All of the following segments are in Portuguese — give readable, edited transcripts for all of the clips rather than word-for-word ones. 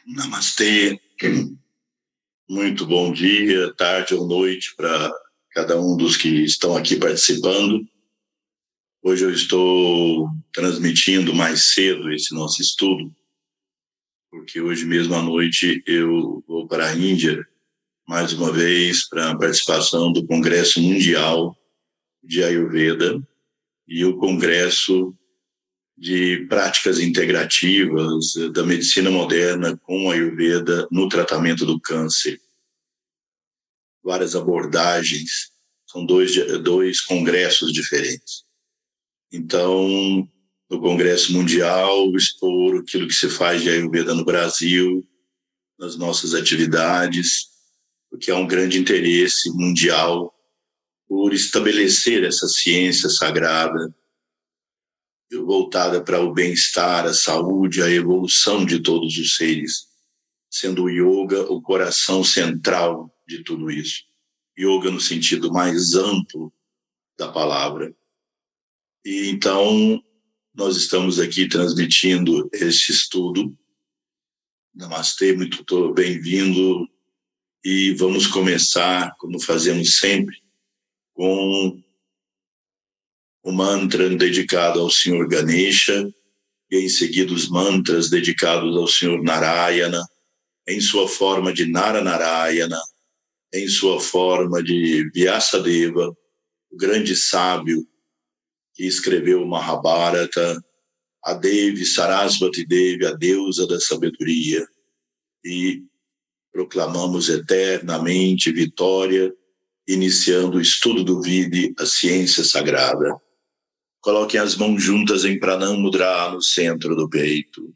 Namastê, muito bom dia, tarde ou noite para cada um dos que estão aqui participando. Hoje eu estou transmitindo mais cedo esse nosso estudo, porque hoje mesmo à noite eu vou para a Índia, mais uma vez, para a participação do Congresso Mundial de Ayurveda e o Congresso de práticas integrativas da medicina moderna com a Ayurveda no tratamento do câncer. Várias abordagens, são dois congressos diferentes. Então, no Congresso Mundial, expor aquilo que se faz de Ayurveda no Brasil, nas nossas atividades, porque há um grande interesse mundial por estabelecer essa ciência sagrada voltada para o bem-estar, a saúde, a evolução de todos os seres, sendo o yoga o coração central de tudo isso. Yoga no sentido mais amplo da palavra. E então, nós estamos aqui transmitindo este estudo. Namastê, muito bem-vindo. E vamos começar, como fazemos sempre, com o mantra dedicado ao Senhor Ganesha, e em seguida os mantras dedicados ao Senhor Narayana, em sua forma de Naranarayana, em sua forma de Vyasadeva, o grande sábio que escreveu o Mahabharata, a Devi Sarasvati Devi, a deusa da sabedoria, e proclamamos eternamente vitória, iniciando o estudo do Vidi, a ciência sagrada. Coloquem as mãos juntas em Pranam Mudra no centro do peito.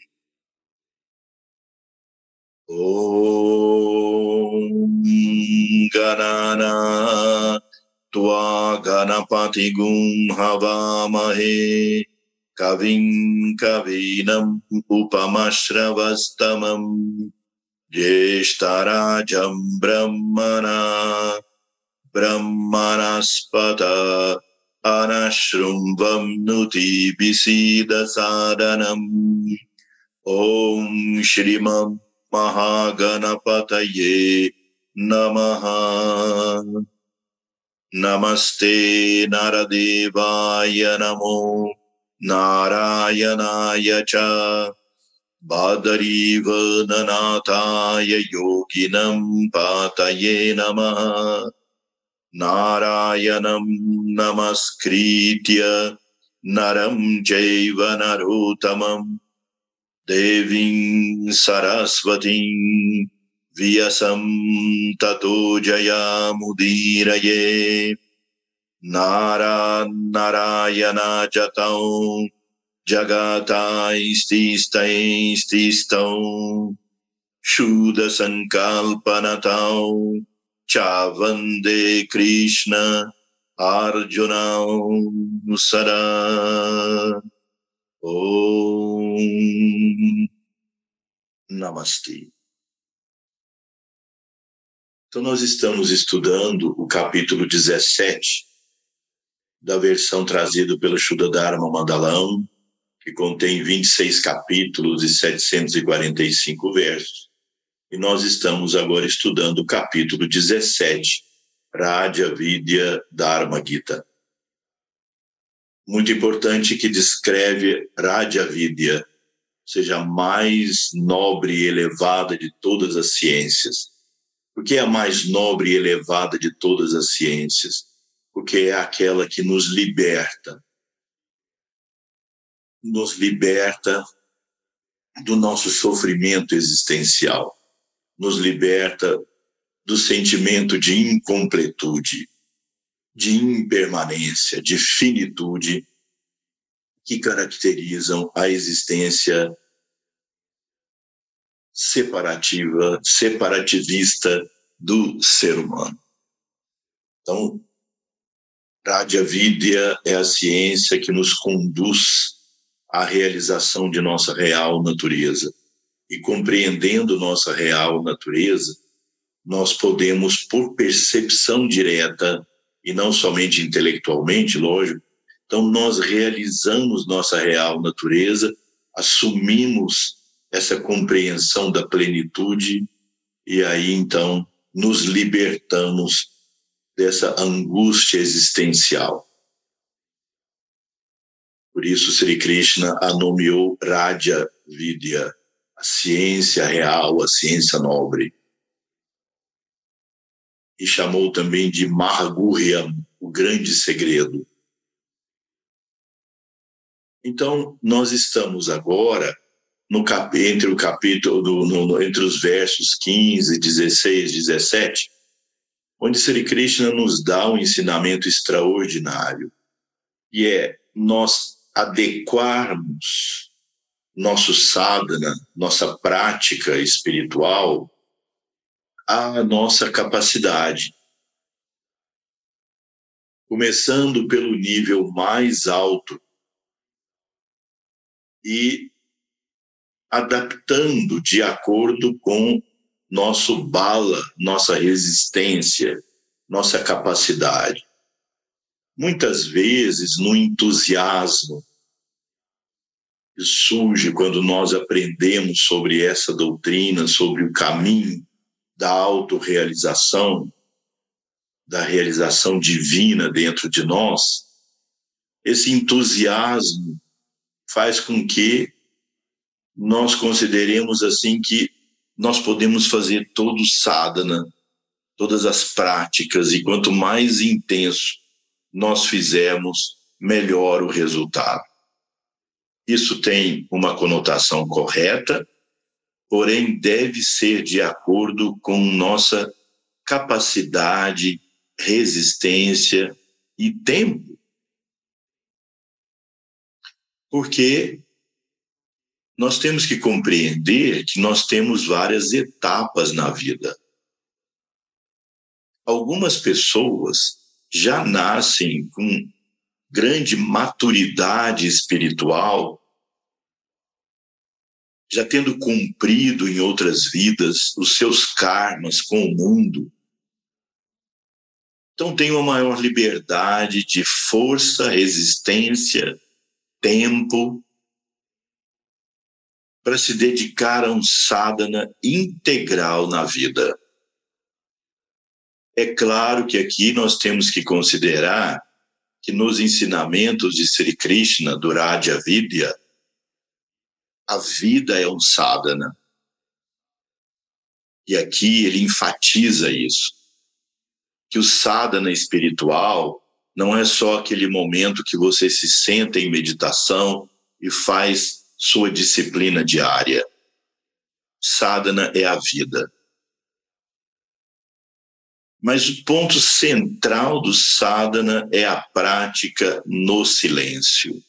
Om Ganana Tva Ganapati Gum Havamahe Kavim Kavinam Upamashravastamam Jeshtarajam Brahmanaspata Anashrumbam Nuti Bisida Sadhanam Om Shrimam Mahaganapataye Namaha. Namaste Naradevaya Namo Narayanaya Cha Badariva Nanataya Yoginam Pataye Namaha. Narayanam Namaskritya Naram Jaiva Narotamam Devim Sarasvatim Vyasam Tato Jayamudiraye Narayana Jatam Jagata Ististam Shuddha Sankalpanatam Chavande Krishna Arjuna Sada Om Namastê. Então nós estamos estudando o capítulo 17 da versão trazida pelo Shuddha Dharma Mandalam, que contém 26 capítulos e 745 versos. E nós estamos agora estudando o capítulo 17, Radha Vidya Dharma Gita. Muito importante, que descreve Radha Vidya, ou seja, a mais nobre e elevada de todas as ciências. Por que é a mais nobre e elevada de todas as ciências? Porque é aquela que nos liberta do nosso sofrimento existencial, nos liberta do sentimento de incompletude, de impermanência, de finitude que caracterizam a existência separativista do ser humano. Então, Radha Vidya é a ciência que nos conduz à realização de nossa real natureza. E compreendendo nossa real natureza, nós podemos, por percepção direta, e não somente intelectualmente, lógico, então nós realizamos nossa real natureza, assumimos essa compreensão da plenitude, e aí então nos libertamos dessa angústia existencial. Por isso Sri Krishna a nomeou Raja Vidya, a ciência real, a ciência nobre. E chamou também de Mahaguhyam, o grande segredo. Então, nós estamos agora entre os versos 15, 16, 17, onde Sri Krishna nos dá um ensinamento extraordinário, e é nós adequarmos nosso sadhana, nossa prática espiritual, à nossa capacidade. Começando pelo nível mais alto e adaptando de acordo com nosso bala, nossa resistência, nossa capacidade. Muitas vezes, no entusiasmo que surge quando nós aprendemos sobre essa doutrina, sobre o caminho da autorrealização, da realização divina dentro de nós, esse entusiasmo faz com que nós consideremos assim que nós podemos fazer todo o sadhana, todas as práticas, e quanto mais intenso nós fizermos, melhor o resultado. Isso tem uma conotação correta, porém deve ser de acordo com nossa capacidade, resistência e tempo. Porque nós temos que compreender que nós temos várias etapas na vida. Algumas pessoas já nascem com grande maturidade espiritual, já tendo cumprido em outras vidas os seus karmas com o mundo. Então tem uma maior liberdade de força, resistência, tempo, para se dedicar a um sadhana integral na vida. É claro que aqui nós temos que considerar que nos ensinamentos de Sri Krishna, do Raja Vidya, a vida é um sadhana. E aqui ele enfatiza isso, que o sadhana espiritual não é só aquele momento que você se senta em meditação e faz sua disciplina diária. Sadhana é a vida. Mas o ponto central do sadhana é a prática no silêncio.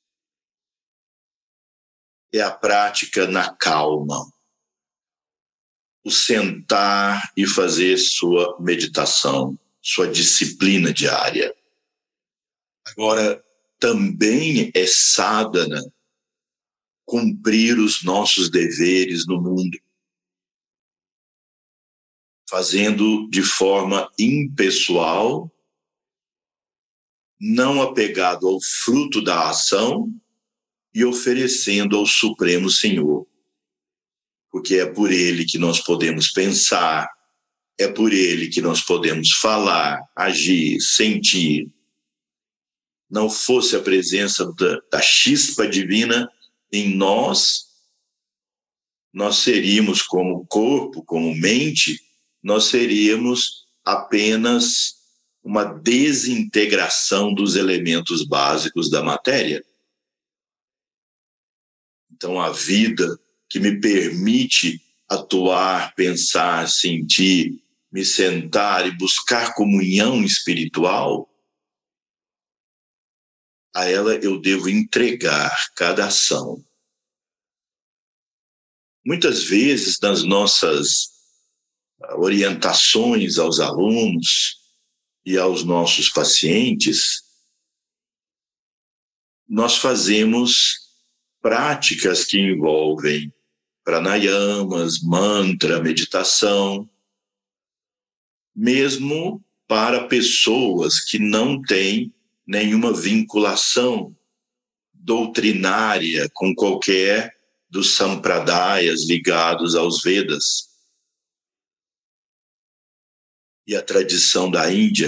É a prática na calma. O sentar e fazer sua meditação, sua disciplina diária. Agora, também é sadhana cumprir os nossos deveres no mundo, fazendo de forma impessoal, não apegado ao fruto da ação e oferecendo ao Supremo Senhor. Porque é por Ele que nós podemos pensar, é por Ele que nós podemos falar, agir, sentir. Não fosse a presença da chispa divina em nós, nós seríamos como corpo, como mente, nós seríamos apenas uma desintegração dos elementos básicos da matéria. Então, a vida que me permite atuar, pensar, sentir, me sentar e buscar comunhão espiritual, a ela eu devo entregar cada ação. Muitas vezes, nas nossas orientações aos alunos e aos nossos pacientes, nós fazemos práticas que envolvem pranayamas, mantra, meditação, mesmo para pessoas que não têm nenhuma vinculação doutrinária com qualquer dos sampradayas ligados aos Vedas e a tradição da Índia.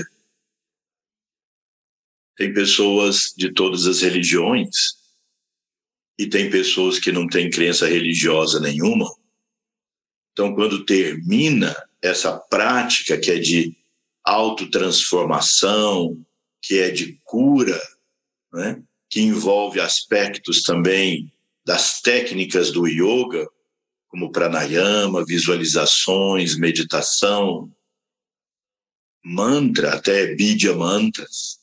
Tem pessoas de todas as religiões e tem pessoas que não têm crença religiosa nenhuma. Então, quando termina essa prática que é de autotransformação, que é de cura, né? Que envolve aspectos também das técnicas do yoga, como pranayama, visualizações, meditação, mantra, até bidya mantras.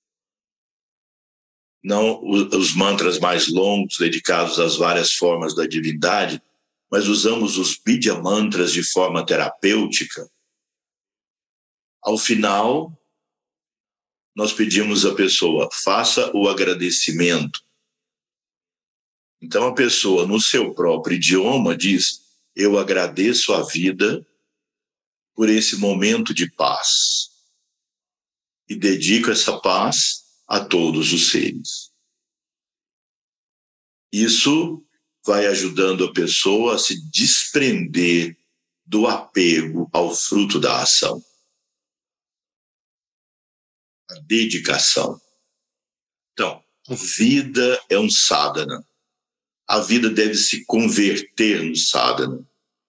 Não os mantras mais longos, dedicados às várias formas da divindade, mas usamos os bidya mantras de forma terapêutica. Ao final, nós pedimos à pessoa, faça o agradecimento. Então a pessoa, no seu próprio idioma, diz, eu agradeço a vida por esse momento de paz e dedico essa paz a todos os seres. Isso vai ajudando a pessoa a se desprender do apego ao fruto da ação. A dedicação. Então, a vida é um sadhana. A vida deve se converter no sadhana.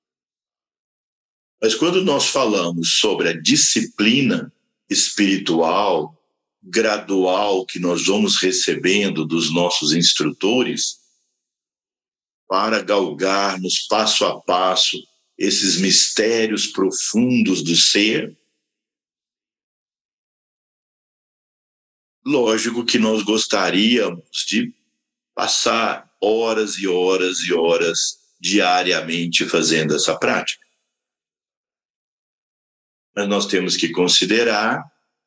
Mas quando nós falamos sobre a disciplina espiritual, gradual, que nós vamos recebendo dos nossos instrutores, para galgarmos passo a passo esses mistérios profundos do ser, lógico que nós gostaríamos de passar horas e horas e horas diariamente fazendo essa prática. Mas nós temos que considerar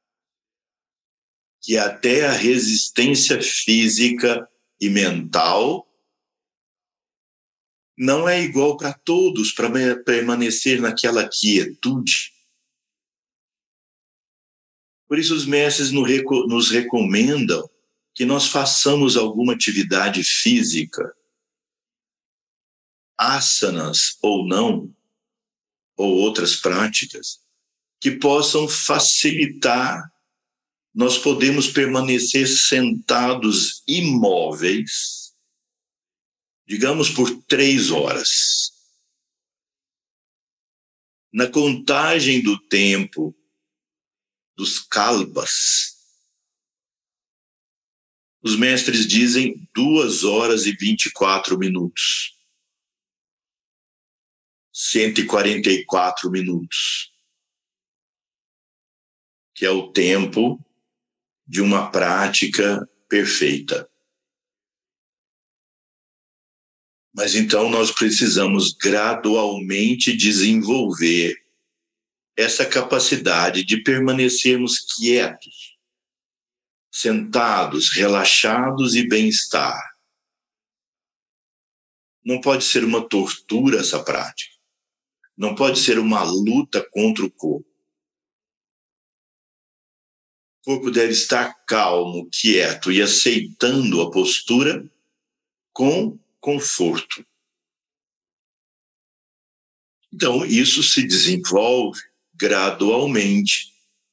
que até a resistência física e mental não é igual para todos para permanecer naquela quietude. Por isso os mestres nos recomendam que nós façamos alguma atividade física, asanas ou não, ou outras práticas, que possam facilitar. Nós podemos permanecer sentados imóveis, digamos por 3 horas. Na contagem do tempo dos kalpas, os mestres dizem 2 horas e 24 minutos. 144 minutos. Que é o tempo de uma prática perfeita. Mas então nós precisamos gradualmente desenvolver essa capacidade de permanecermos quietos, sentados, relaxados e bem-estar. Não pode ser uma tortura essa prática. Não pode ser uma luta contra o corpo. O corpo deve estar calmo, quieto e aceitando a postura com conforto. Então, isso se desenvolve gradualmente.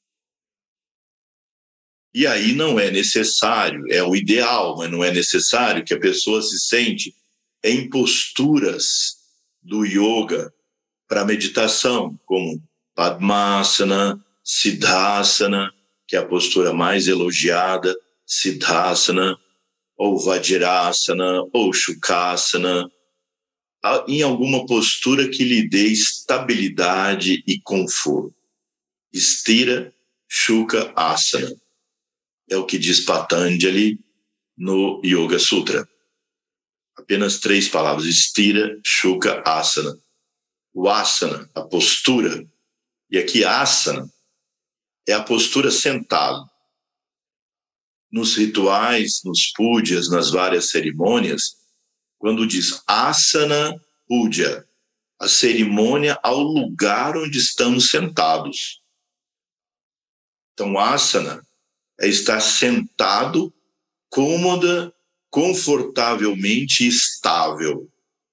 E aí não é necessário, é o ideal, mas não é necessário que a pessoa se sente em posturas do yoga para meditação, como Padmasana, Siddhasana, que é a postura mais elogiada, Siddhasana, ou Vajrasana, ou Shukhasana, em alguma postura que lhe dê estabilidade e conforto. Stira Shukha Asana. É o que diz Patanjali no Yoga Sutra. Apenas 3 palavras. Stira Shukha Asana. O asana, a postura. E aqui asana é a postura sentado. Nos rituais, nos pujas, nas várias cerimônias, quando diz asana puja, a cerimônia ao lugar onde estamos sentados. Então, asana é estar sentado, cômoda, confortavelmente estável.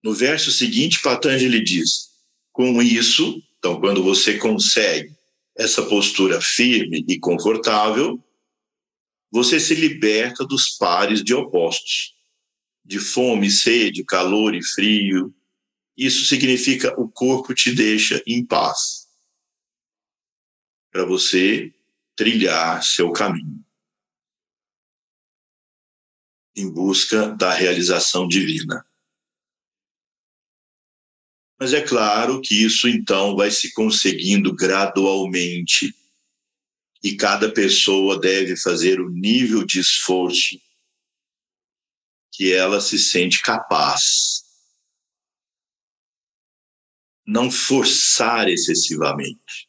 No verso seguinte, Patanjali diz: com isso, então, quando você consegue essa postura firme e confortável, você se liberta dos pares de opostos, de fome, sede, calor e frio. Isso significa o corpo te deixa em paz, para você trilhar seu caminho em busca da realização divina. Mas é claro que isso então vai se conseguindo gradualmente e cada pessoa deve fazer o nível de esforço que ela se sente capaz. Não forçar excessivamente.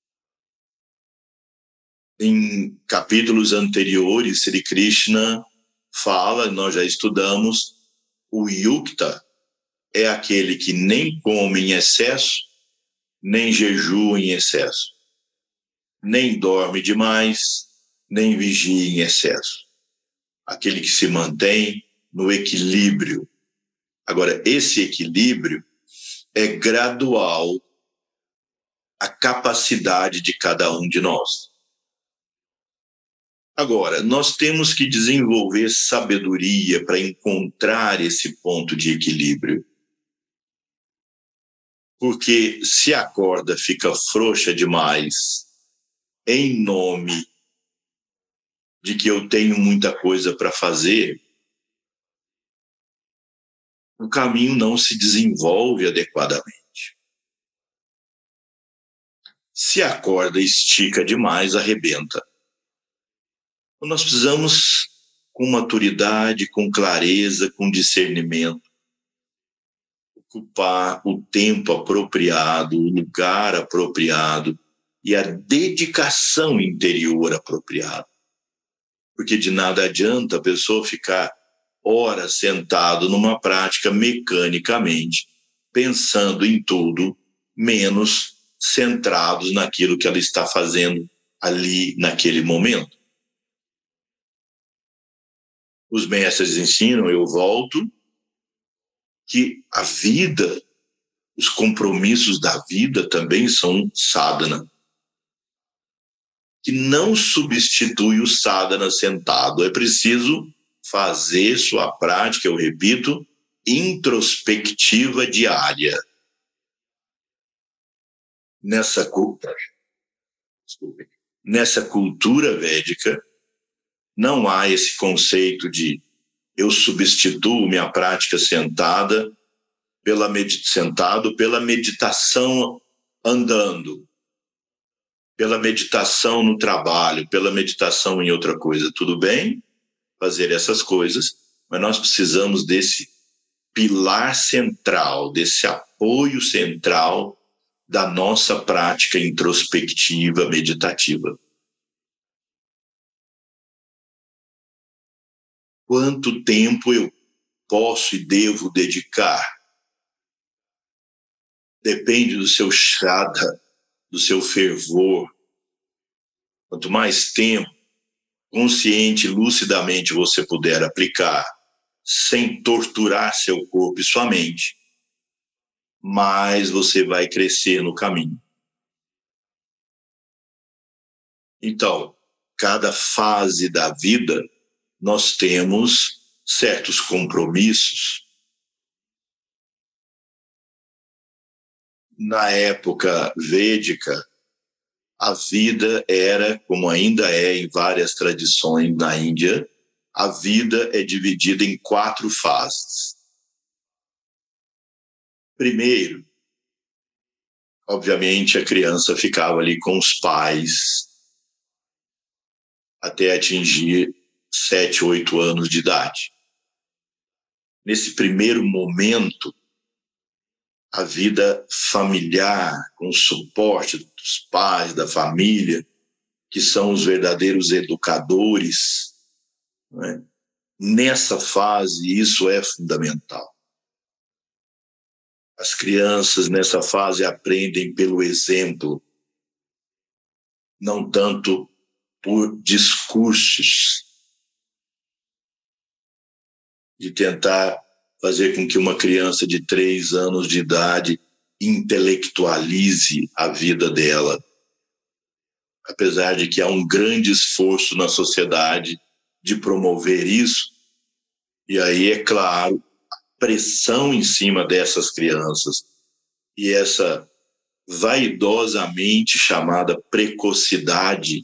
Em capítulos anteriores, Sri Krishna fala, nós já estudamos, o yukta é aquele que nem come em excesso, nem jejua em excesso, nem dorme demais, nem vigia em excesso. Aquele que se mantém no equilíbrio. Agora, esse equilíbrio é gradual a capacidade de cada um de nós. Agora, nós temos que desenvolver sabedoria para encontrar esse ponto de equilíbrio. Porque se a corda fica frouxa demais, em nome de que eu tenho muita coisa para fazer, o caminho não se desenvolve adequadamente. Se a corda estica demais, arrebenta. Então, nós precisamos, com maturidade, com clareza, com discernimento, ocupar o tempo apropriado, o lugar apropriado e a dedicação interior apropriada. Porque de nada adianta a pessoa ficar horas sentado numa prática mecanicamente, pensando em tudo, menos centrados naquilo que ela está fazendo ali naquele momento. Os mestres ensinam, eu volto, que a vida, os compromissos da vida também são sadhana, que não substitui o sadhana sentado. É preciso fazer sua prática, eu repito, introspectiva diária. Nessa cultura védica, não há esse conceito de eu substituo minha prática sentado pela meditação andando, pela meditação no trabalho, pela meditação em outra coisa. Tudo bem fazer essas coisas, mas nós precisamos desse pilar central, desse apoio central da nossa prática introspectiva, meditativa. Quanto tempo eu posso e devo dedicar? Depende do seu shraddha, do seu fervor. Quanto mais tempo, consciente, lucidamente você puder aplicar, sem torturar seu corpo e sua mente, mais você vai crescer no caminho. Então, cada fase da vida, nós temos certos compromissos. Na época védica, a vida era, como ainda é em várias tradições na Índia, a vida é dividida em 4 fases. Primeiro, obviamente, a criança ficava ali com os pais até atingir 7, 8 anos de idade. Nesse primeiro momento, a vida familiar, com o suporte dos pais, da família, que são os verdadeiros educadores, né? Nessa fase, isso é fundamental. As crianças, nessa fase, aprendem pelo exemplo, não tanto por discursos, de tentar fazer com que uma criança de 3 anos de idade intelectualize a vida dela. Apesar de que há um grande esforço na sociedade de promover isso, e aí, é claro, a pressão em cima dessas crianças e essa vaidosamente chamada precocidade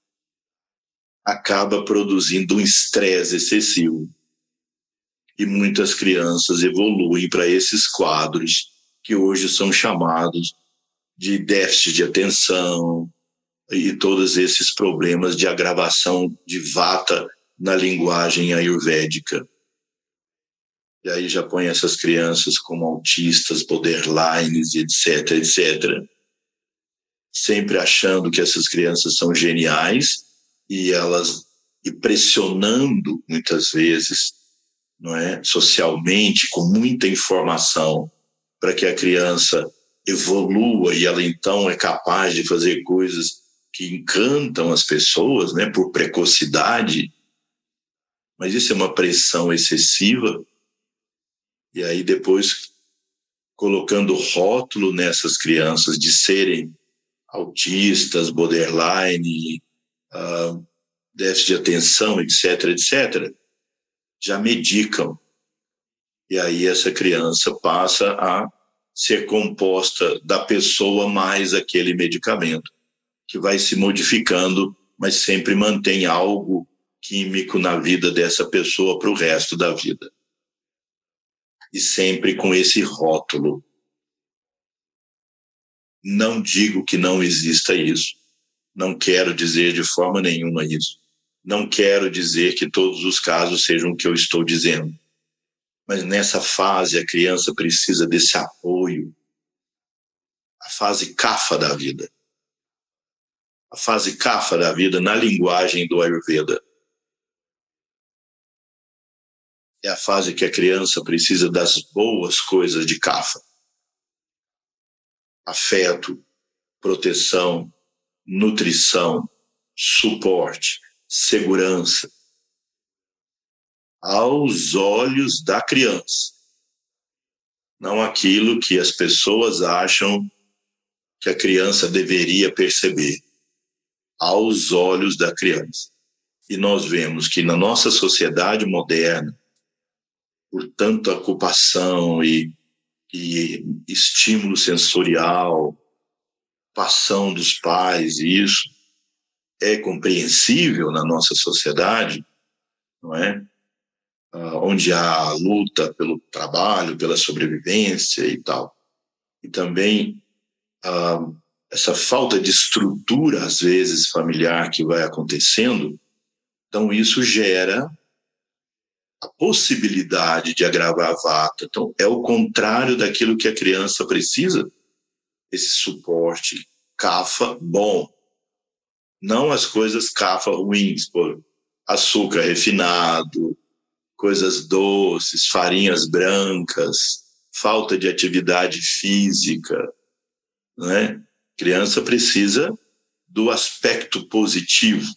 acaba produzindo um estresse excessivo. E muitas crianças evoluem para esses quadros que hoje são chamados de déficit de atenção e todos esses problemas de agravação de vata na linguagem ayurvédica. E aí já põe essas crianças como autistas, borderlines, etc, etc. Sempre achando que essas crianças são geniais e pressionando muitas vezes, não é, socialmente, com muita informação, para que a criança evolua e ela então é capaz de fazer coisas que encantam as pessoas, né, por precocidade. Mas isso é uma pressão excessiva. E aí depois colocando rótulo nessas crianças de serem autistas, borderline, déficit de atenção, etc, etc, já medicam. E aí essa criança passa a ser composta da pessoa mais aquele medicamento, que vai se modificando, mas sempre mantém algo químico na vida dessa pessoa para o resto da vida. E sempre com esse rótulo. Não digo que não exista isso. Não quero dizer de forma nenhuma isso. Não quero dizer que todos os casos sejam o que eu estou dizendo. Mas nessa fase a criança precisa desse apoio. A fase kapha da vida. A fase kapha da vida na linguagem do Ayurveda. É a fase que a criança precisa das boas coisas de kapha. Afeto, proteção, nutrição, suporte, segurança. Aos olhos da criança. Não aquilo que as pessoas acham que a criança deveria perceber. Aos olhos da criança. E nós vemos que na nossa sociedade moderna, por tanta ocupação e estímulo sensorial, passão dos pais, e isso é compreensível na nossa sociedade, não é? Onde há luta pelo trabalho, pela sobrevivência e tal. E também essa falta de estrutura, às vezes, familiar que vai acontecendo, então isso gera a possibilidade de agravar a vata. Então, é o contrário daquilo que a criança precisa, esse suporte kapha bom. Não as coisas kapha ruins, por açúcar refinado, coisas doces, farinhas brancas, falta de atividade física, não é? A criança precisa do aspecto positivo.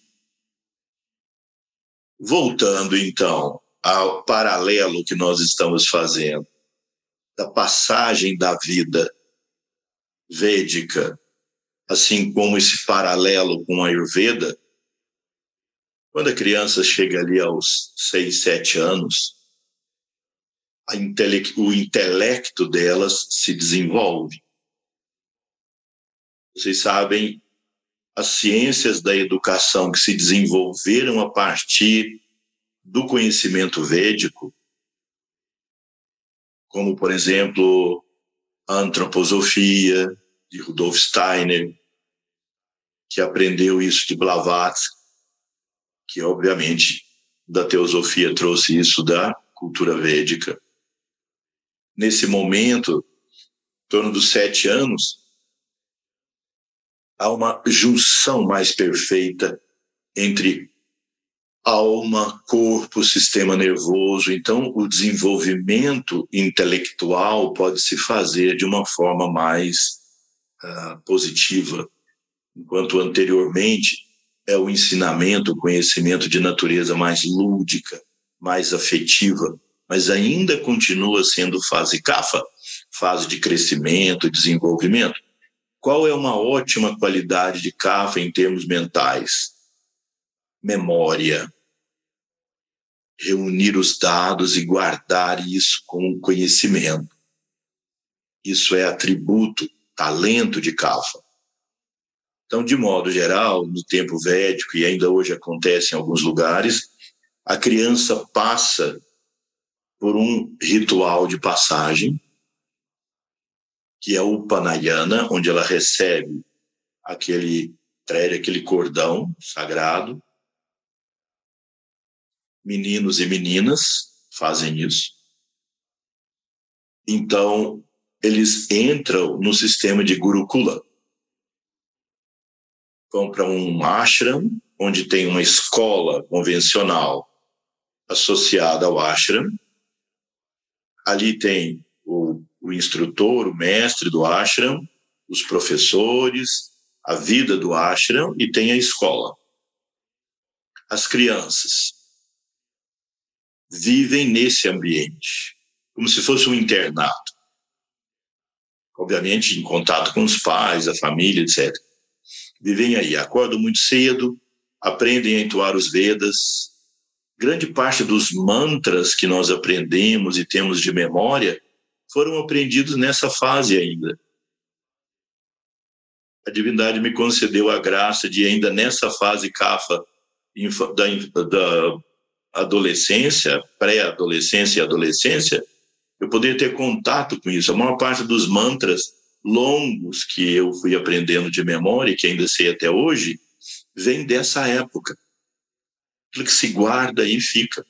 Voltando, então, ao paralelo que nós estamos fazendo, da passagem da vida védica, assim como esse paralelo com a Ayurveda, quando a criança chega ali aos 6, 7 anos, o intelecto delas se desenvolve. Vocês sabem, as ciências da educação que se desenvolveram a partir do conhecimento védico, como, por exemplo, a antroposofia, de Rudolf Steiner, que aprendeu isso de Blavatsky, que, obviamente, da teosofia trouxe isso da cultura védica. Nesse momento, em torno dos 7 anos, há uma junção mais perfeita entre alma, corpo, sistema nervoso. Então, o desenvolvimento intelectual pode se fazer de uma forma mais positiva, enquanto anteriormente é o ensinamento, o conhecimento de natureza mais lúdica, mais afetiva, mas ainda continua sendo fase Kapha, fase de crescimento e desenvolvimento. Qual é uma ótima qualidade de Kapha em termos mentais? Memória. Reunir os dados e guardar isso como conhecimento. Isso é atributo, talento de Kapha. Então, de modo geral, no tempo védico, e ainda hoje acontece em alguns lugares, a criança passa por um ritual de passagem, que é o Upanayana, onde ela recebe aquele cordão sagrado. Meninos e meninas fazem isso. Então, eles entram no sistema de Gurukula. Vão para um ashram, onde tem uma escola convencional associada ao ashram. Ali tem o instrutor, o mestre do ashram, os professores, a vida do ashram, e tem a escola. As crianças vivem nesse ambiente, como se fosse um internato. Obviamente, em contato com os pais, a família, etc. Vivem aí, acordam muito cedo, aprendem a entoar os Vedas. Grande parte dos mantras que nós aprendemos e temos de memória foram aprendidos nessa fase ainda. A divindade me concedeu a graça de, ainda nessa fase Kapha da adolescência, pré-adolescência e adolescência, eu poder ter contato com isso. A maior parte dos mantras longos que eu fui aprendendo de memória, que ainda sei até hoje, vem dessa época. Aquilo que se guarda e fica.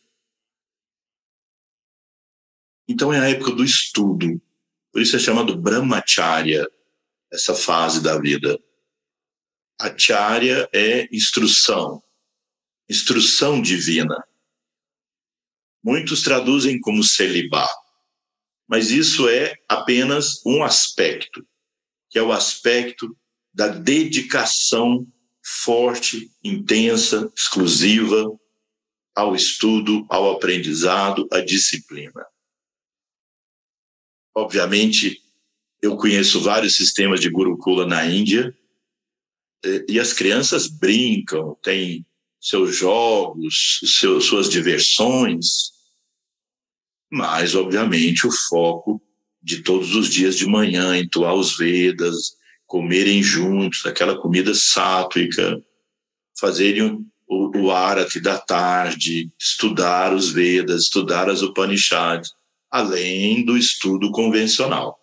Então é a época do estudo. Por isso é chamado Brahmacharya, essa fase da vida. Acharya é instrução divina. Muitos traduzem como celibato, mas isso é apenas um aspecto, que é o aspecto da dedicação forte, intensa, exclusiva ao estudo, ao aprendizado, à disciplina. Obviamente, eu conheço vários sistemas de Gurukula na Índia, e as crianças brincam, têm seus jogos, suas diversões, mas, obviamente, o foco de todos os dias de manhã, entoar os Vedas, comerem juntos, aquela comida sátrica, fazerem o Arati da tarde, estudar os Vedas, estudar as Upanishads, além do estudo convencional.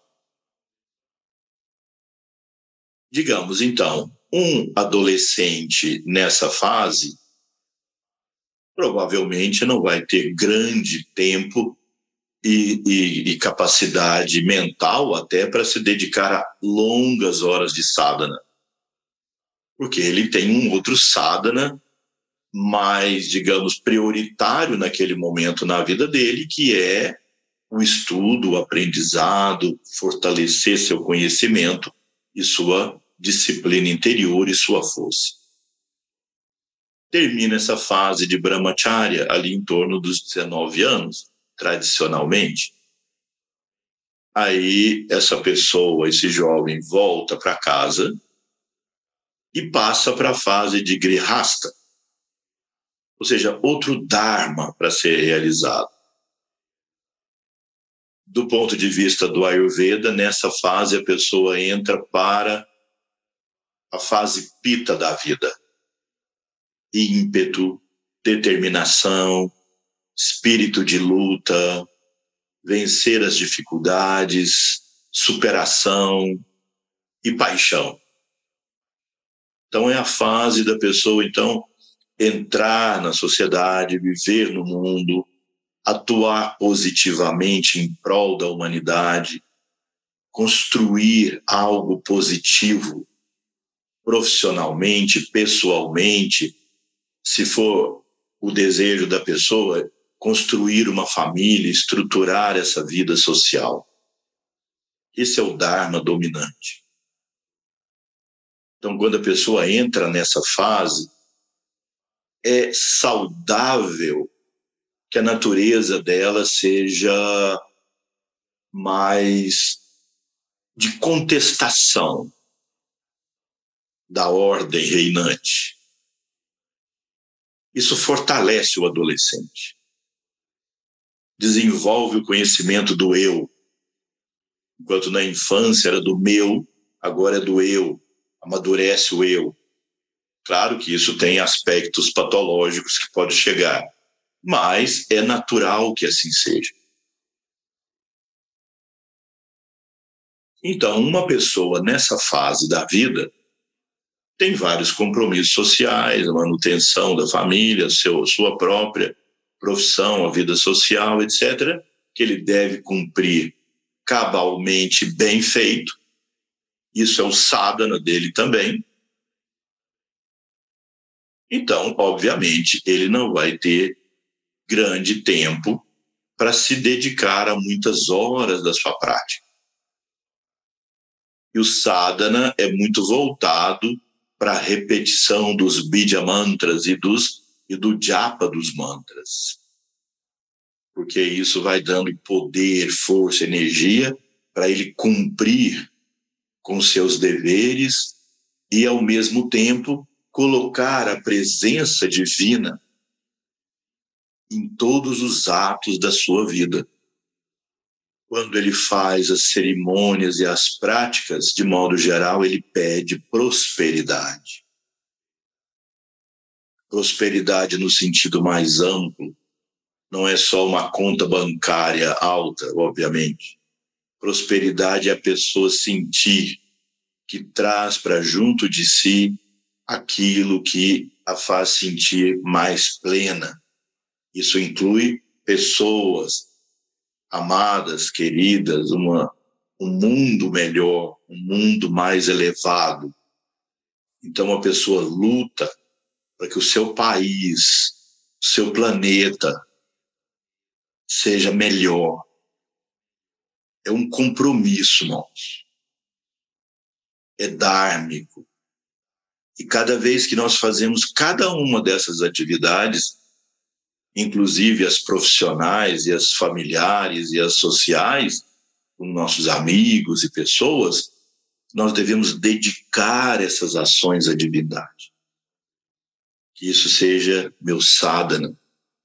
Digamos, então, um adolescente nessa fase provavelmente não vai ter grande tempo e capacidade mental até para se dedicar a longas horas de sadhana. Porque ele tem um outro sadhana mais, digamos, prioritário naquele momento na vida dele, que é o estudo, o aprendizado, fortalecer seu conhecimento e sua disciplina interior e sua força. Termina essa fase de Brahmacharya ali em torno dos 19 anos, tradicionalmente. Aí essa pessoa, esse jovem, volta para casa e passa para a fase de Grihastha, ou seja, outro dharma para ser realizado. Do ponto de vista do Ayurveda, nessa fase a pessoa entra para a fase Pitta da vida. Ímpeto, determinação, espírito de luta, vencer as dificuldades, superação e paixão. Então é a fase da pessoa, então, entrar na sociedade, viver no mundo, atuar positivamente em prol da humanidade, construir algo positivo profissionalmente, pessoalmente, se for o desejo da pessoa, construir uma família, estruturar essa vida social. Esse é o Dharma dominante. Então, quando a pessoa entra nessa fase, é saudável que a natureza dela seja mais de contestação da ordem reinante. Isso fortalece o adolescente, desenvolve o conhecimento do eu. Enquanto na infância era do meu, agora é do eu, amadurece o eu. Claro que isso tem aspectos patológicos que pode chegar, mas é natural que assim seja. Então, uma pessoa nessa fase da vida tem vários compromissos sociais, a manutenção da família, sua própria profissão, a vida social, etc., que ele deve cumprir cabalmente bem feito. Isso é o sadhana dele também. Então, obviamente, ele não vai ter grande tempo para se dedicar a muitas horas da sua prática. E o sadhana é muito voltado para a repetição dos bija mantras e do japa dos mantras. Porque isso vai dando poder, força, energia para ele cumprir com seus deveres e, ao mesmo tempo, colocar a presença divina em todos os atos da sua vida. Quando ele faz as cerimônias e as práticas, de modo geral, ele pede prosperidade. Prosperidade no sentido mais amplo, não é só uma conta bancária alta, obviamente. Prosperidade é a pessoa sentir que traz para junto de si aquilo que a faz sentir mais plena. Isso inclui pessoas amadas, queridas, um mundo melhor, um mundo mais elevado. Então, a pessoa luta para que o seu país, o seu planeta, seja melhor. É um compromisso nosso. É dármico. E cada vez que nós fazemos cada uma dessas atividades, inclusive as profissionais e as familiares e as sociais, com nossos amigos e pessoas, nós devemos dedicar essas ações à divindade. Que isso seja meu sadhana.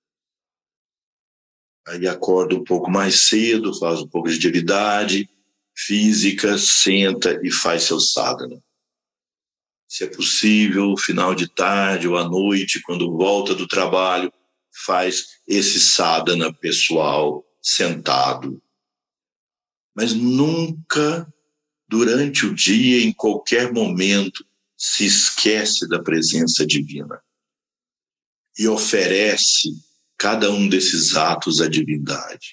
Aí acorda um pouco mais cedo, faz um pouco de atividade física, senta e faz seu sadhana. Se é possível, final de tarde ou à noite, quando volta do trabalho, faz esse sadhana pessoal sentado. Mas nunca, durante o dia, em qualquer momento, se esquece da presença divina e oferece cada um desses atos à divindade.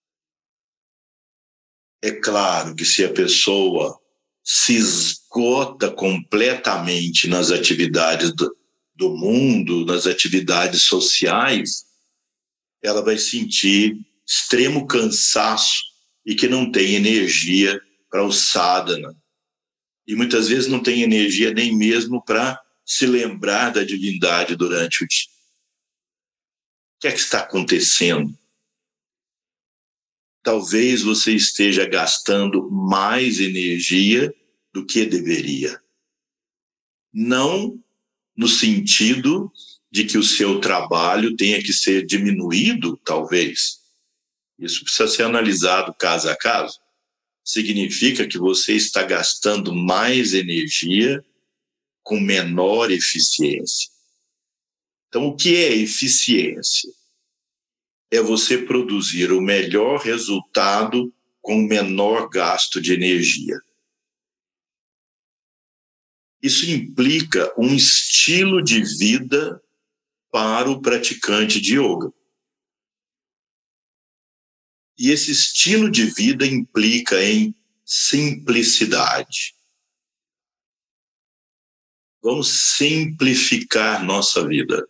É claro que se a pessoa se esgota completamente nas atividades do mundo, nas atividades sociais, ela vai sentir extremo cansaço e que não tem energia para o sadhana. E muitas vezes não tem energia nem mesmo para se lembrar da divindade durante o dia. O que é que está acontecendo? Talvez você esteja gastando mais energia do que deveria. Não no sentido de que o seu trabalho tenha que ser diminuído, talvez. Isso precisa ser analisado caso a caso. Significa que você está gastando mais energia com menor eficiência. Então, o que é eficiência? É você produzir o melhor resultado com o menor gasto de energia. Isso implica um estilo de vida para o praticante de yoga. E esse estilo de vida implica em simplicidade. Vamos simplificar nossa vida.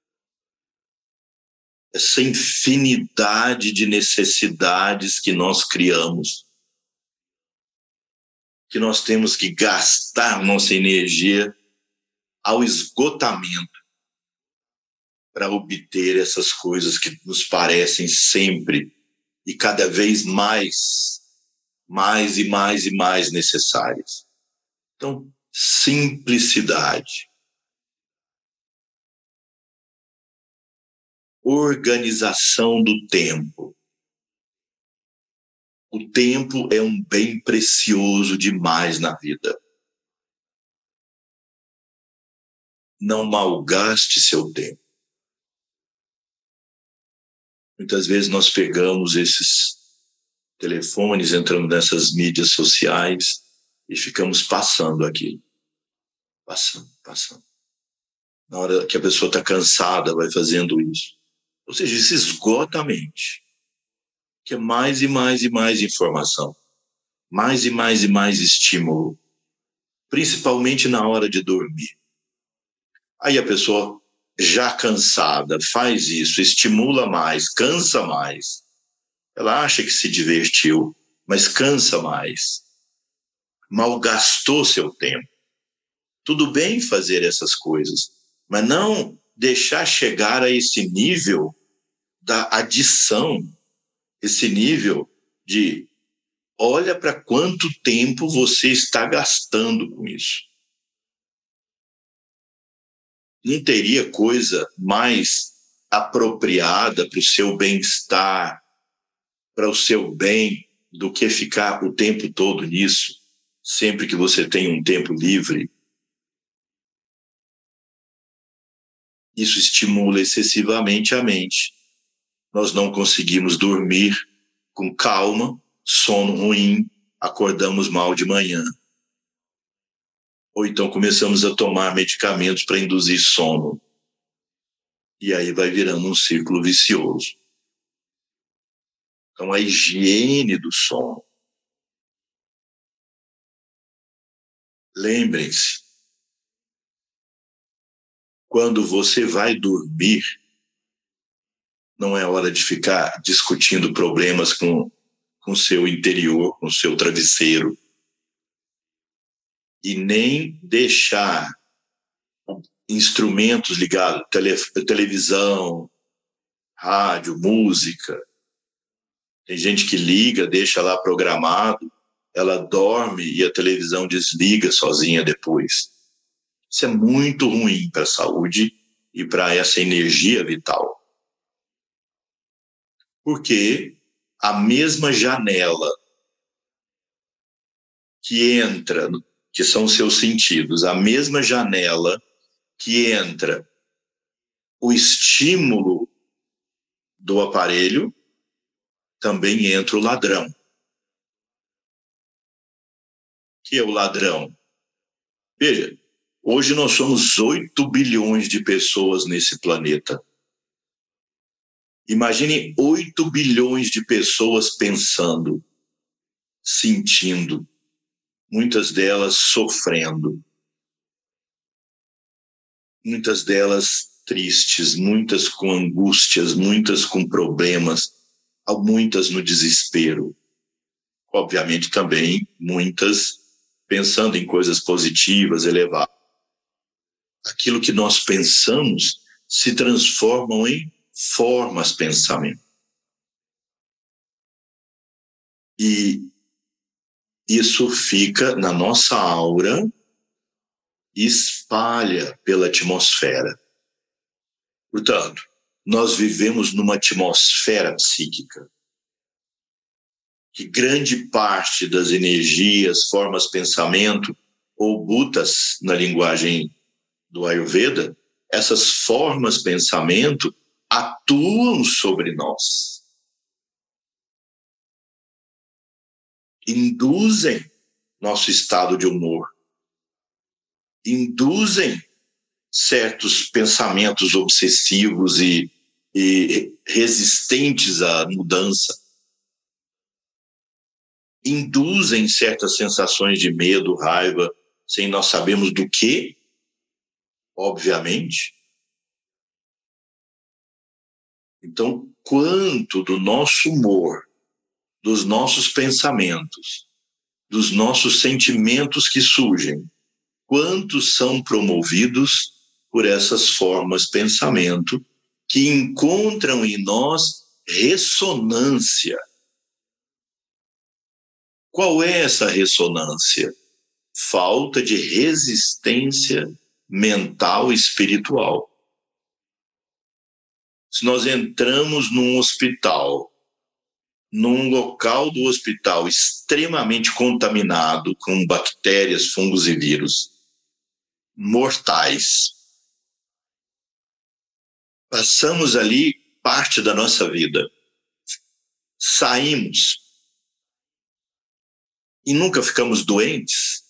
Essa infinidade de necessidades que nós criamos, que nós temos que gastar nossa energia ao esgotamento. para obter essas coisas que nos parecem sempre e cada vez mais e mais necessárias. Então, simplicidade. Organização do tempo. O tempo é um bem precioso demais na vida. Não malgaste seu tempo. Muitas vezes nós pegamos esses telefones, entramos nessas mídias sociais e ficamos passando aquilo. Passando. Na hora que a pessoa está cansada, vai fazendo isso. Ou seja, isso esgota a mente. Que é mais e mais informação. Mais e mais estímulo. Principalmente na hora de dormir. Aí a pessoa, já cansada, faz isso, estimula mais, cansa mais. Ela acha que se divertiu, mas cansa mais. Malgastou seu tempo. Tudo bem fazer essas coisas, mas não deixar chegar a esse nível da adição, esse nível de olha para quanto tempo você está gastando com isso. Não teria coisa mais apropriada para o seu bem-estar, para o seu bem, do que ficar o tempo todo nisso, sempre que você tem um tempo livre? Isso estimula excessivamente a mente. Nós não conseguimos dormir com calma, sono ruim, acordamos mal de manhã. Ou então começamos a tomar medicamentos para induzir sono. E aí vai virando um círculo vicioso. Então, a higiene do sono. Lembrem-se, quando você vai dormir, não é hora de ficar discutindo problemas com o seu interior, com o seu travesseiro. E nem deixar instrumentos ligados, televisão, rádio, música. Tem gente que liga, deixa lá programado, ela dorme e a televisão desliga sozinha depois. Isso é muito ruim para a saúde e para essa energia vital. Porque a mesma janela que entra, que são seus sentidos, a mesma janela que entra o estímulo do aparelho, também entra o ladrão. Que é o ladrão? Veja, hoje nós somos 8 bilhões de pessoas nesse planeta. Imagine 8 bilhões de pessoas pensando, sentindo, muitas delas sofrendo, muitas delas tristes, muitas com angústias, muitas com problemas, muitas no desespero. Obviamente também muitas pensando em coisas positivas, elevadas. Aquilo que nós pensamos se transformam em formas pensamento. E isso fica na nossa aura e espalha pela atmosfera. Portanto, nós vivemos numa atmosfera psíquica que grande parte das energias, formas pensamento, ou bhutas na linguagem do Ayurveda, essas formas pensamento atuam sobre nós. Induzem nosso estado de humor. Induzem certos pensamentos obsessivos e resistentes à mudança. Induzem certas sensações de medo, raiva, sem nós sabermos do que, obviamente. Então, quanto do nosso humor, dos nossos pensamentos, dos nossos sentimentos que surgem, quantos são promovidos por essas formas pensamento que encontram em nós ressonância. Qual é essa ressonância? Falta de resistência mental e espiritual. Se nós entramos num hospital, num local do hospital extremamente contaminado com bactérias, fungos e vírus mortais, passamos ali parte da nossa vida, saímos e nunca ficamos doentes,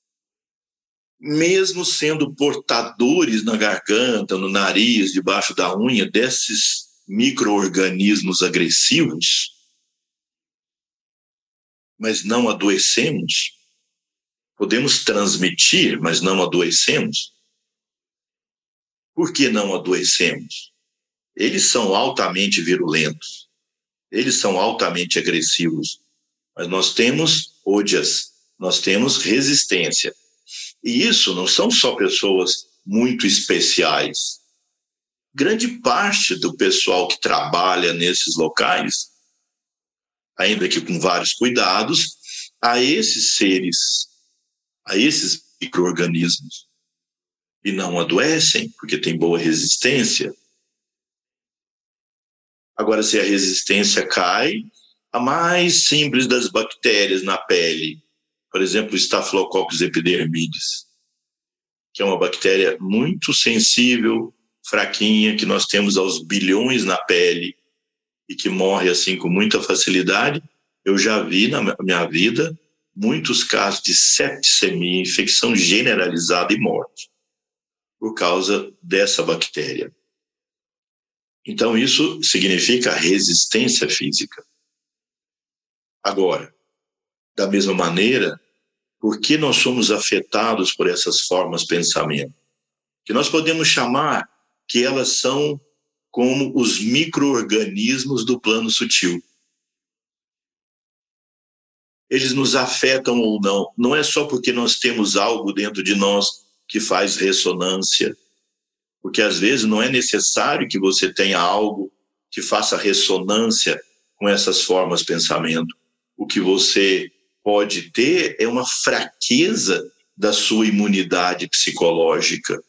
mesmo sendo portadores na garganta, no nariz, debaixo da unha, desses micro-organismos agressivos, mas não adoecemos. Podemos transmitir, mas não adoecemos. Por que não adoecemos? Eles são altamente virulentos, eles são altamente agressivos, mas nós temos ódias, nós temos resistência. E isso não são só pessoas muito especiais. Grande parte do pessoal que trabalha nesses locais, ainda que com vários cuidados, a esses seres, a esses micro-organismos, e não adoecem, porque tem boa resistência. Agora, se a resistência cai, a mais simples das bactérias na pele, por exemplo, o Staphylococcus epidermidis, que é uma bactéria muito sensível, fraquinha, que nós temos aos bilhões na pele e que morre assim com muita facilidade. Eu já vi na minha vida muitos casos de septicemia, infecção generalizada e morte, por causa dessa bactéria. Então, isso significa resistência física. Agora, da mesma maneira, por que nós somos afetados por essas formas de pensamento? Que nós podemos chamar que elas são como os micro-organismos do plano sutil. Eles nos afetam ou não. Não é só porque nós temos algo dentro de nós que faz ressonância, porque às vezes não é necessário que você tenha algo que faça ressonância com essas formas de pensamento. O que você pode ter é uma fraqueza da sua imunidade psicológica.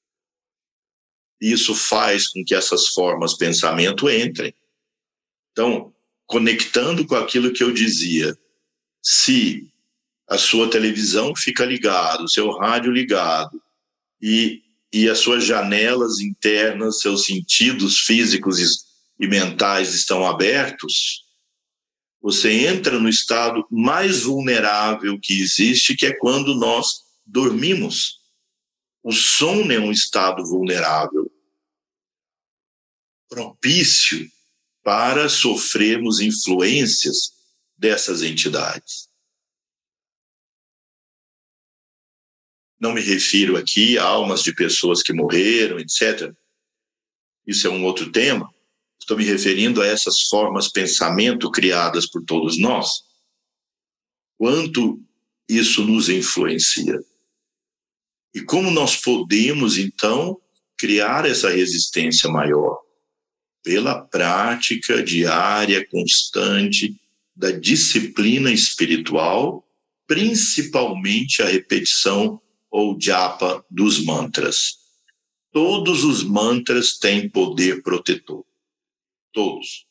Isso faz com que essas formas de pensamento entrem. Então, conectando com aquilo que eu dizia, se a sua televisão fica ligada, o seu rádio ligado, e as suas janelas internas, seus sentidos físicos e mentais estão abertos, você entra no estado mais vulnerável que existe, que é quando nós dormimos. O sono é um estado vulnerável, propício para sofrermos influências dessas entidades. Não me refiro aqui a almas de pessoas que morreram, etc. Isso é um outro tema. Estou me referindo a essas formas de pensamento criadas por todos nós. Quanto isso nos influencia. E como nós podemos, então, criar essa resistência maior? Pela prática diária, constante, da disciplina espiritual, principalmente a repetição ou japa dos mantras. Todos os mantras têm poder protetor. Todos.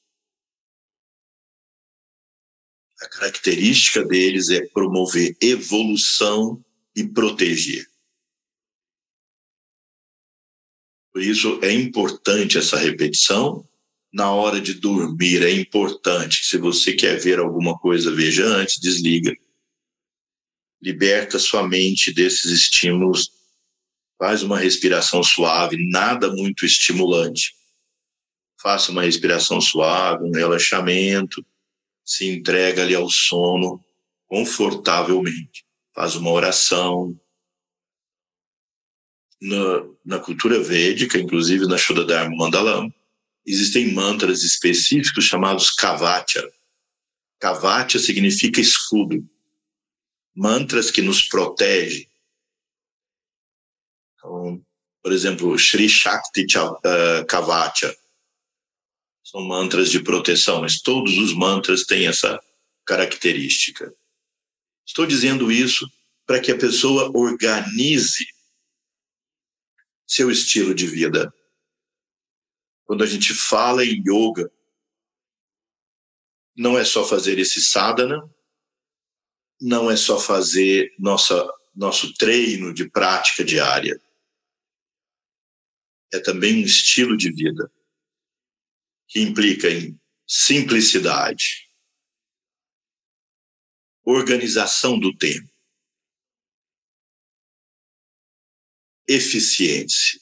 A característica deles é promover evolução e proteger. Por isso é importante essa repetição. Na hora de dormir é importante. Se você quer ver alguma coisa, veja antes, desliga. Liberta sua mente desses estímulos. Faz uma respiração suave, nada muito estimulante. Faça uma respiração suave, um relaxamento. Se entrega ali ao sono confortavelmente. Faz uma oração. Na cultura védica, inclusive na Shuddha Dharma Mandalam, existem mantras específicos chamados Kavacha. Kavacha significa escudo. Mantras que nos protegem. Então, por exemplo, Shri Shakti Kavacha, São mantras de proteção, mas todos os mantras têm essa característica. Estou dizendo isso para que a pessoa organize seu estilo de vida. Quando a gente fala em yoga, não é só fazer esse sadhana, não é só fazer nosso treino de prática diária. É também um estilo de vida que implica em simplicidade, organização do tempo, eficiência,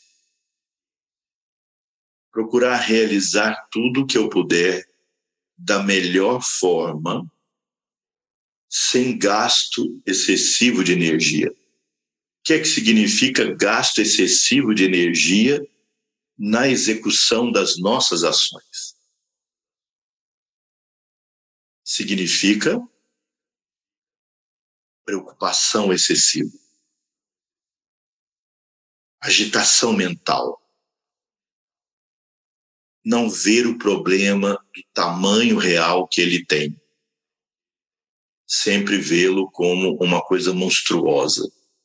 procurar realizar tudo o que eu puder da melhor forma, sem gasto excessivo de energia. O que é que significa gasto excessivo de energia na execução das nossas ações? Significa preocupação excessiva, agitação mental, não ver o problema do tamanho real que ele tem, sempre vê-lo como uma coisa monstruosa,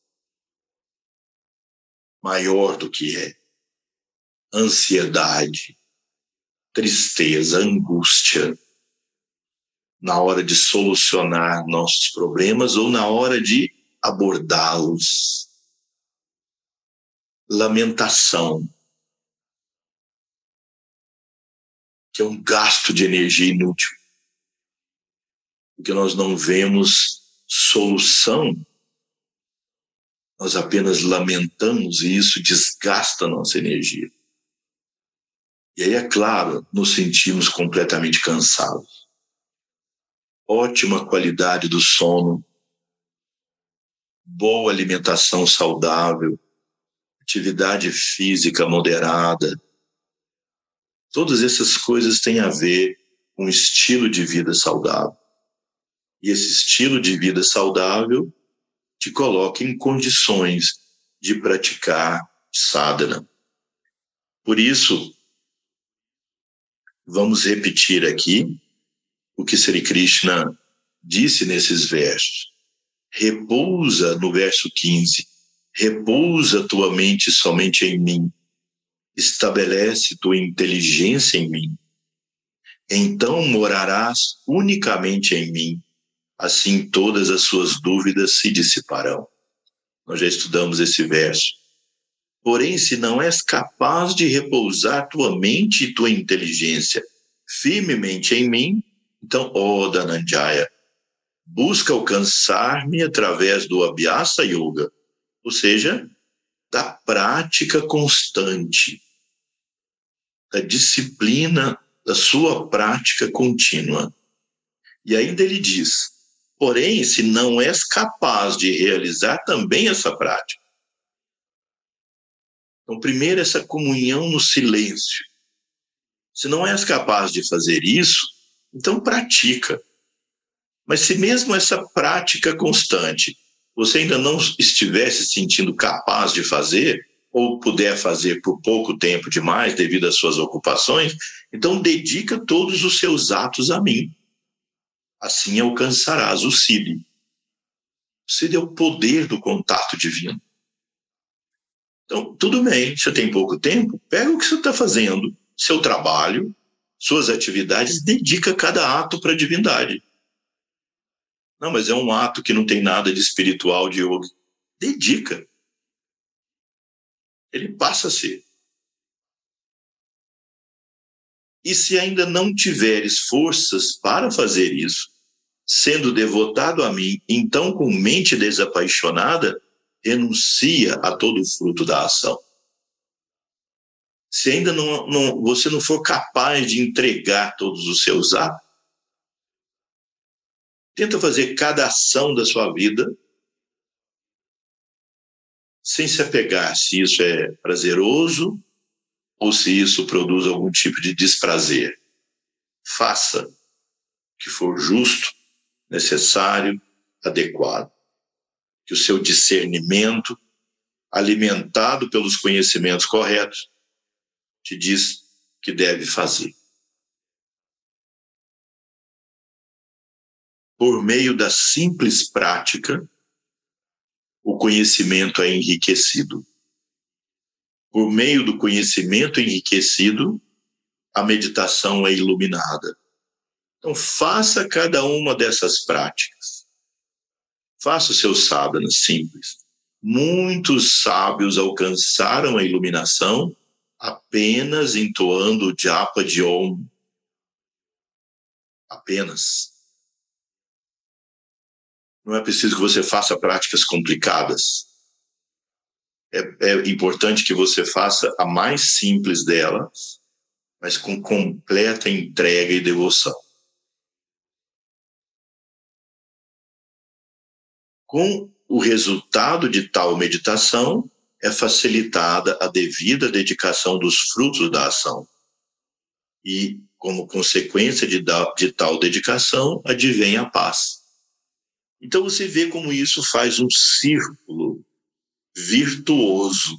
maior do que é. Ansiedade, tristeza, angústia, na hora de solucionar nossos problemas ou na hora de abordá-los. Lamentação, que é um gasto de energia inútil, porque nós não vemos solução, nós apenas lamentamos e isso desgasta a nossa energia. E aí, é claro, nos sentimos completamente cansados. Ótima qualidade do sono, boa alimentação saudável, atividade física moderada. Todas essas coisas têm a ver com um estilo de vida saudável. E esse estilo de vida saudável te coloca em condições de praticar sadhana. Por isso, vamos repetir aqui o que Sri Krishna disse nesses versos. Repousa, no verso 15, repousa tua mente somente em mim, estabelece tua inteligência em mim, então morarás unicamente em mim, assim todas as suas dúvidas se dissiparão. Nós já estudamos esse verso. Porém, se não és capaz de repousar tua mente e tua inteligência firmemente em mim, então, ó Dhananjaya, busca alcançar-me através do Abhyasa Yoga, ou seja, da prática constante, da disciplina, da sua prática contínua. E ainda ele diz, porém, se não és capaz de realizar também essa prática. Então, primeiro, essa comunhão no silêncio. Se não és capaz de fazer isso, então pratica. Mas se mesmo essa prática constante você ainda não estiver se sentindo capaz de fazer, ou puder fazer por pouco tempo demais devido às suas ocupações, então dedica todos os seus atos a mim. Assim alcançarás o Siddhi. O Siddhi é o poder do contato divino. Então, tudo bem, você tem pouco tempo, pega o que você está fazendo, seu trabalho, suas atividades, dedica cada ato para a divindade. Não, mas é um ato que não tem nada de espiritual, de yoga. Dedica. Ele passa a ser. E se ainda não tiveres forças para fazer isso, sendo devotado a mim, então com mente desapaixonada, renuncia a todo o fruto da ação. Se ainda você não for capaz de entregar todos os seus atos, tenta fazer cada ação da sua vida sem se apegar se isso é prazeroso ou se isso produz algum tipo de desprazer. Faça o que for justo, necessário, adequado. Que o seu discernimento, alimentado pelos conhecimentos corretos, te diz que deve fazer. por meio da simples prática, o conhecimento é enriquecido. Por meio do conhecimento enriquecido, a meditação é iluminada. Então, faça cada uma dessas práticas. Faça o seu sadhana simples. Muitos sábios alcançaram a iluminação apenas entoando o japa de Om. Apenas. Não é preciso que você faça práticas complicadas. É importante que você faça a mais simples delas, mas com completa entrega e devoção. Com o resultado de tal meditação, é facilitada a devida dedicação dos frutos da ação. E, como consequência de tal dedicação, advém a paz. Então você vê como isso faz um círculo virtuoso.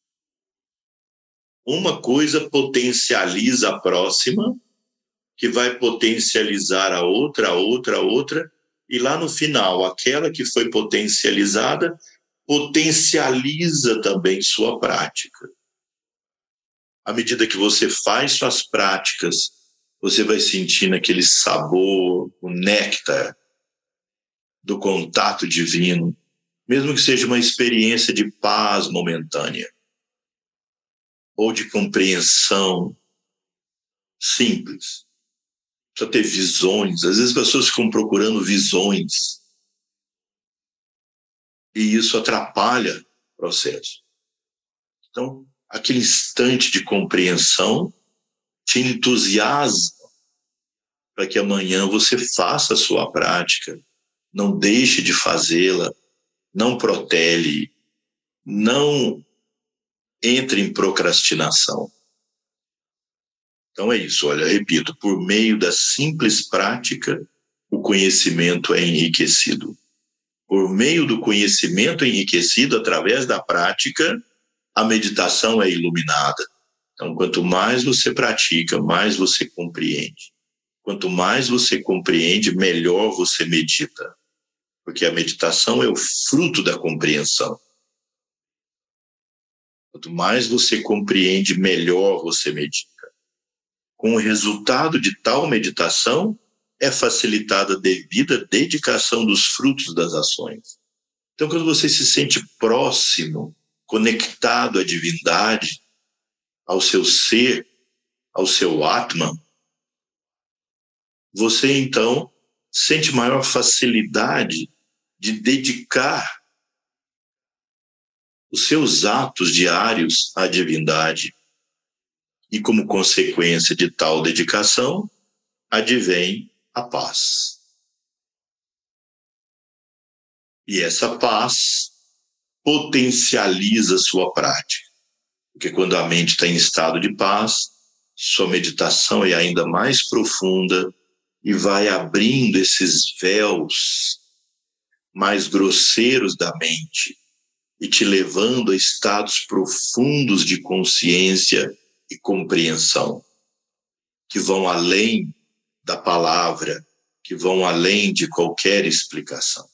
Uma coisa potencializa a próxima, que vai potencializar a outra, e lá no final, aquela que foi potencializada, potencializa também sua prática. À medida que você faz suas práticas, você vai sentindo aquele sabor, o néctar do contato divino, mesmo que seja uma experiência de paz momentânea ou de compreensão simples. Precisa ter visões. Às vezes as pessoas ficam procurando visões e isso atrapalha o processo. Então, aquele instante de compreensão te entusiasma para que amanhã você faça a sua prática, não deixe de fazê-la, não protele, não entre em procrastinação. Então é isso, olha, repito, por meio da simples prática, o conhecimento é enriquecido. Por meio do conhecimento enriquecido, através da prática, a meditação é iluminada. Então, quanto mais você pratica, mais você compreende. Quanto mais você compreende, melhor você medita. Porque a meditação é o fruto da compreensão. Quanto mais você compreende, melhor você medita. Com o resultado de tal meditação, é facilitada a devida dedicação dos frutos das ações. Então, quando você se sente próximo, conectado à divindade, ao seu ser, ao seu Atman, você então sente maior facilidade de dedicar os seus atos diários à divindade. E como consequência de tal dedicação, advém a paz. E essa paz potencializa sua prática. Porque quando a mente está em estado de paz, sua meditação é ainda mais profunda e vai abrindo esses véus mais grosseiros da mente e te levando a estados profundos de consciência e compreensão, que vão além da palavra, que vão além de qualquer explicação.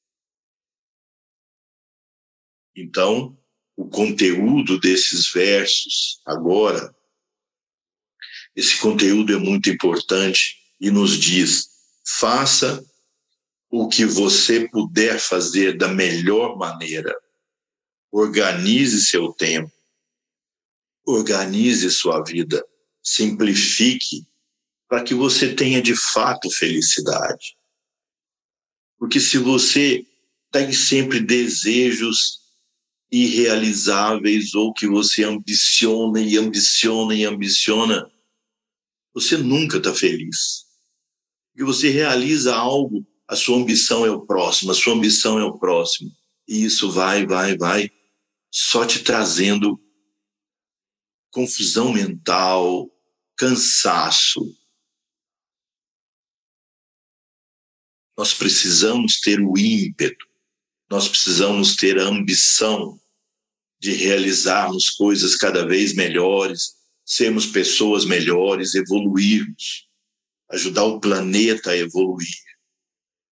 Então, o conteúdo desses versos agora, esse conteúdo é muito importante e nos diz: faça o que você puder fazer da melhor maneira. Organize seu tempo, organize sua vida, simplifique para que você tenha de fato felicidade. Porque se você tem sempre desejos irrealizáveis ou que você ambiciona e ambiciona e ambiciona, você nunca está feliz. Porque você realiza algo, a sua ambição é o próximo, a sua ambição é o próximo. E isso vai, só te trazendo confusão mental, cansaço. Nós precisamos ter o ímpeto, nós precisamos ter a ambição de realizarmos coisas cada vez melhores, sermos pessoas melhores, evoluirmos, ajudar o planeta a evoluir.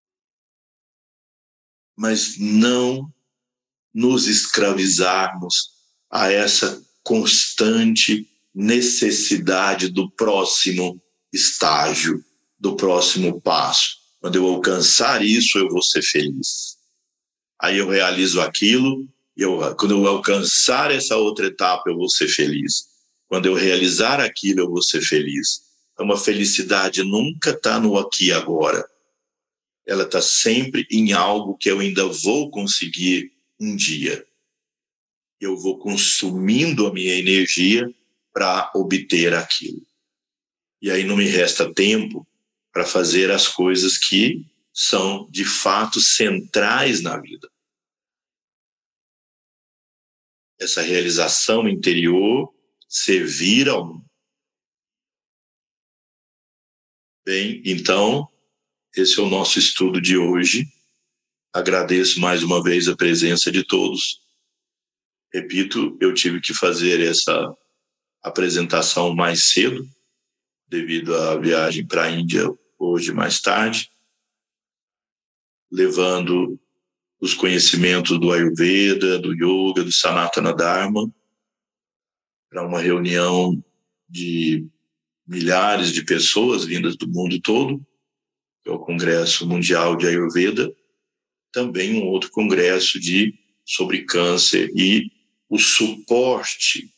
mas não nos escravizarmos a essa constante necessidade do próximo estágio, do próximo passo. Quando eu alcançar isso, eu vou ser feliz. Aí eu realizo aquilo, quando eu alcançar essa outra etapa, eu vou ser feliz. Quando eu realizar aquilo, eu vou ser feliz. Então, a felicidade nunca está no aqui e agora. Ela está sempre em algo que eu ainda vou conseguir um dia. Eu vou consumindo a minha energia para obter aquilo. E aí não me resta tempo para fazer as coisas que são, de fato, centrais na vida. Essa realização interior, servir ao mundo. Bem, então, esse é o nosso estudo de hoje. Agradeço mais uma vez a presença de todos. Repito, eu tive que fazer essa apresentação mais cedo, devido à viagem para a Índia hoje mais tarde, levando os conhecimentos do Ayurveda, do Yoga, do Sanatana Dharma, para uma reunião de milhares de pessoas vindas do mundo todo, que é o Congresso Mundial de Ayurveda, também um outro congresso sobre câncer e o suporte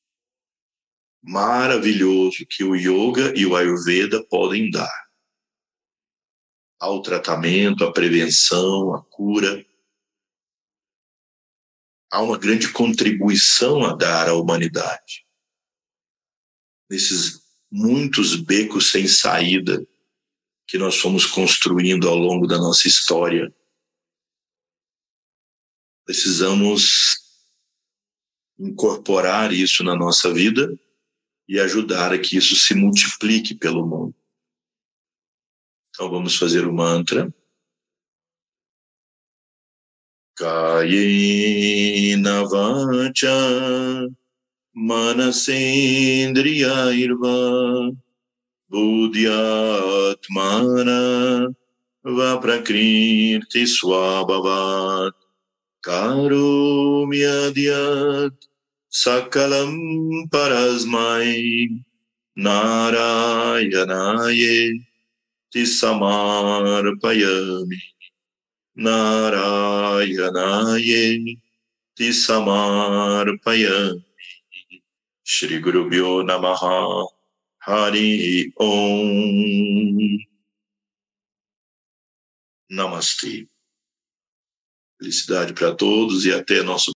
maravilhoso que o Yoga e o Ayurveda podem dar ao tratamento, à prevenção, à cura. Há uma grande contribuição a dar à humanidade. Nesses muitos becos sem saída que nós fomos construindo ao longo da nossa história, precisamos incorporar isso na nossa vida e ajudar a que isso se multiplique pelo mundo. Então vamos fazer o mantra. Kayena vacha manasendriyairva buddhyatmana va prakriti swabhavat karomi adyat sakalam parasmai narayanaye tisamarpayami narayanaye tisamarpayami. Shri Gurubhyo Namaha. Hari Om. Namastê. Felicidade para todos e até nosso